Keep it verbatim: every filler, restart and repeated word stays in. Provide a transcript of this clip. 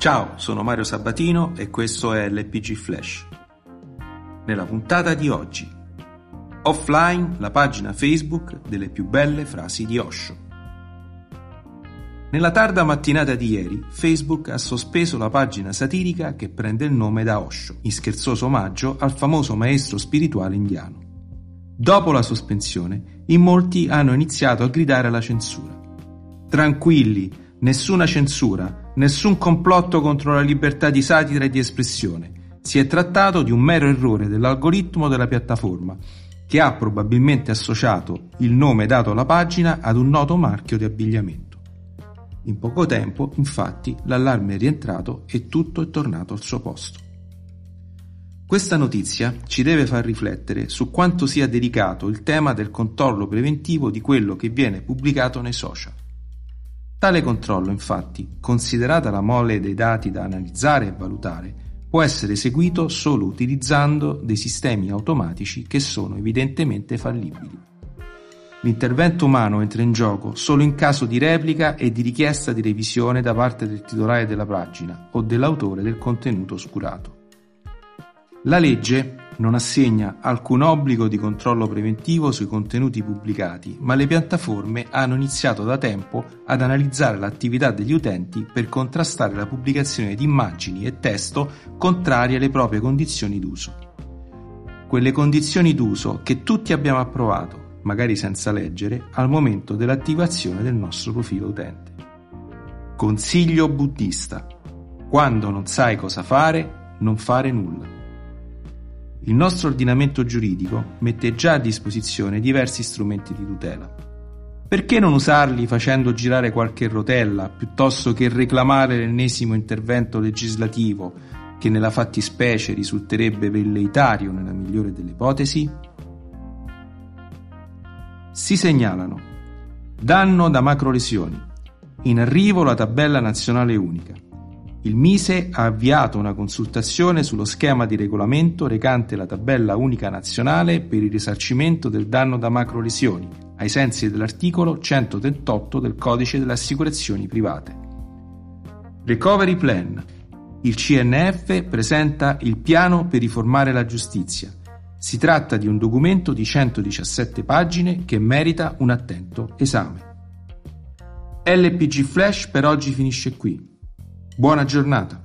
Ciao, sono Mario Sabatino e questo è L P G Flash. Nella puntata di oggi, offline la pagina Facebook delle più belle frasi di Osho. Nella tarda mattinata di ieri, Facebook ha sospeso la pagina satirica che prende il nome da Osho, in scherzoso omaggio al famoso maestro spirituale indiano. Dopo la sospensione, in molti hanno iniziato a gridare alla censura. Tranquilli, nessuna censura, nessun complotto contro la libertà di satira e di espressione. Si è trattato di un mero errore dell'algoritmo della piattaforma, che ha probabilmente associato il nome dato alla pagina ad un noto marchio di abbigliamento. In poco tempo, infatti, l'allarme è rientrato e tutto è tornato al suo posto. Questa notizia ci deve far riflettere su quanto sia delicato il tema del controllo preventivo di quello che viene pubblicato nei social. Tale controllo, infatti, considerata la mole dei dati da analizzare e valutare, può essere eseguito solo utilizzando dei sistemi automatici che sono evidentemente fallibili. L'intervento umano entra in gioco solo in caso di replica e di richiesta di revisione da parte del titolare della pagina o dell'autore del contenuto oscurato. La legge non assegna alcun obbligo di controllo preventivo sui contenuti pubblicati, ma le piattaforme hanno iniziato da tempo ad analizzare l'attività degli utenti per contrastare la pubblicazione di immagini e testo contrarie alle proprie condizioni d'uso. Quelle condizioni d'uso che tutti abbiamo approvato, magari senza leggere, al momento dell'attivazione del nostro profilo utente. Consiglio buddista: quando non sai cosa fare, non fare nulla. Il nostro ordinamento giuridico mette già a disposizione diversi strumenti di tutela. Perché non usarli facendo girare qualche rotella piuttosto che reclamare l'ennesimo intervento legislativo che nella fattispecie risulterebbe velleitario nella migliore delle ipotesi? Si segnalano: danno da macrolesioni, in arrivo la tabella nazionale unica. Il Mise ha avviato una consultazione sullo schema di regolamento recante la tabella unica nazionale per il risarcimento del danno da macrolesioni, ai sensi dell'articolo centotrentotto del Codice delle Assicurazioni Private. Recovery Plan. Il C N F presenta il piano per riformare la giustizia. Si tratta di un documento di centodiciassette pagine che merita un attento esame. L P G Flash per oggi finisce qui. Buona giornata.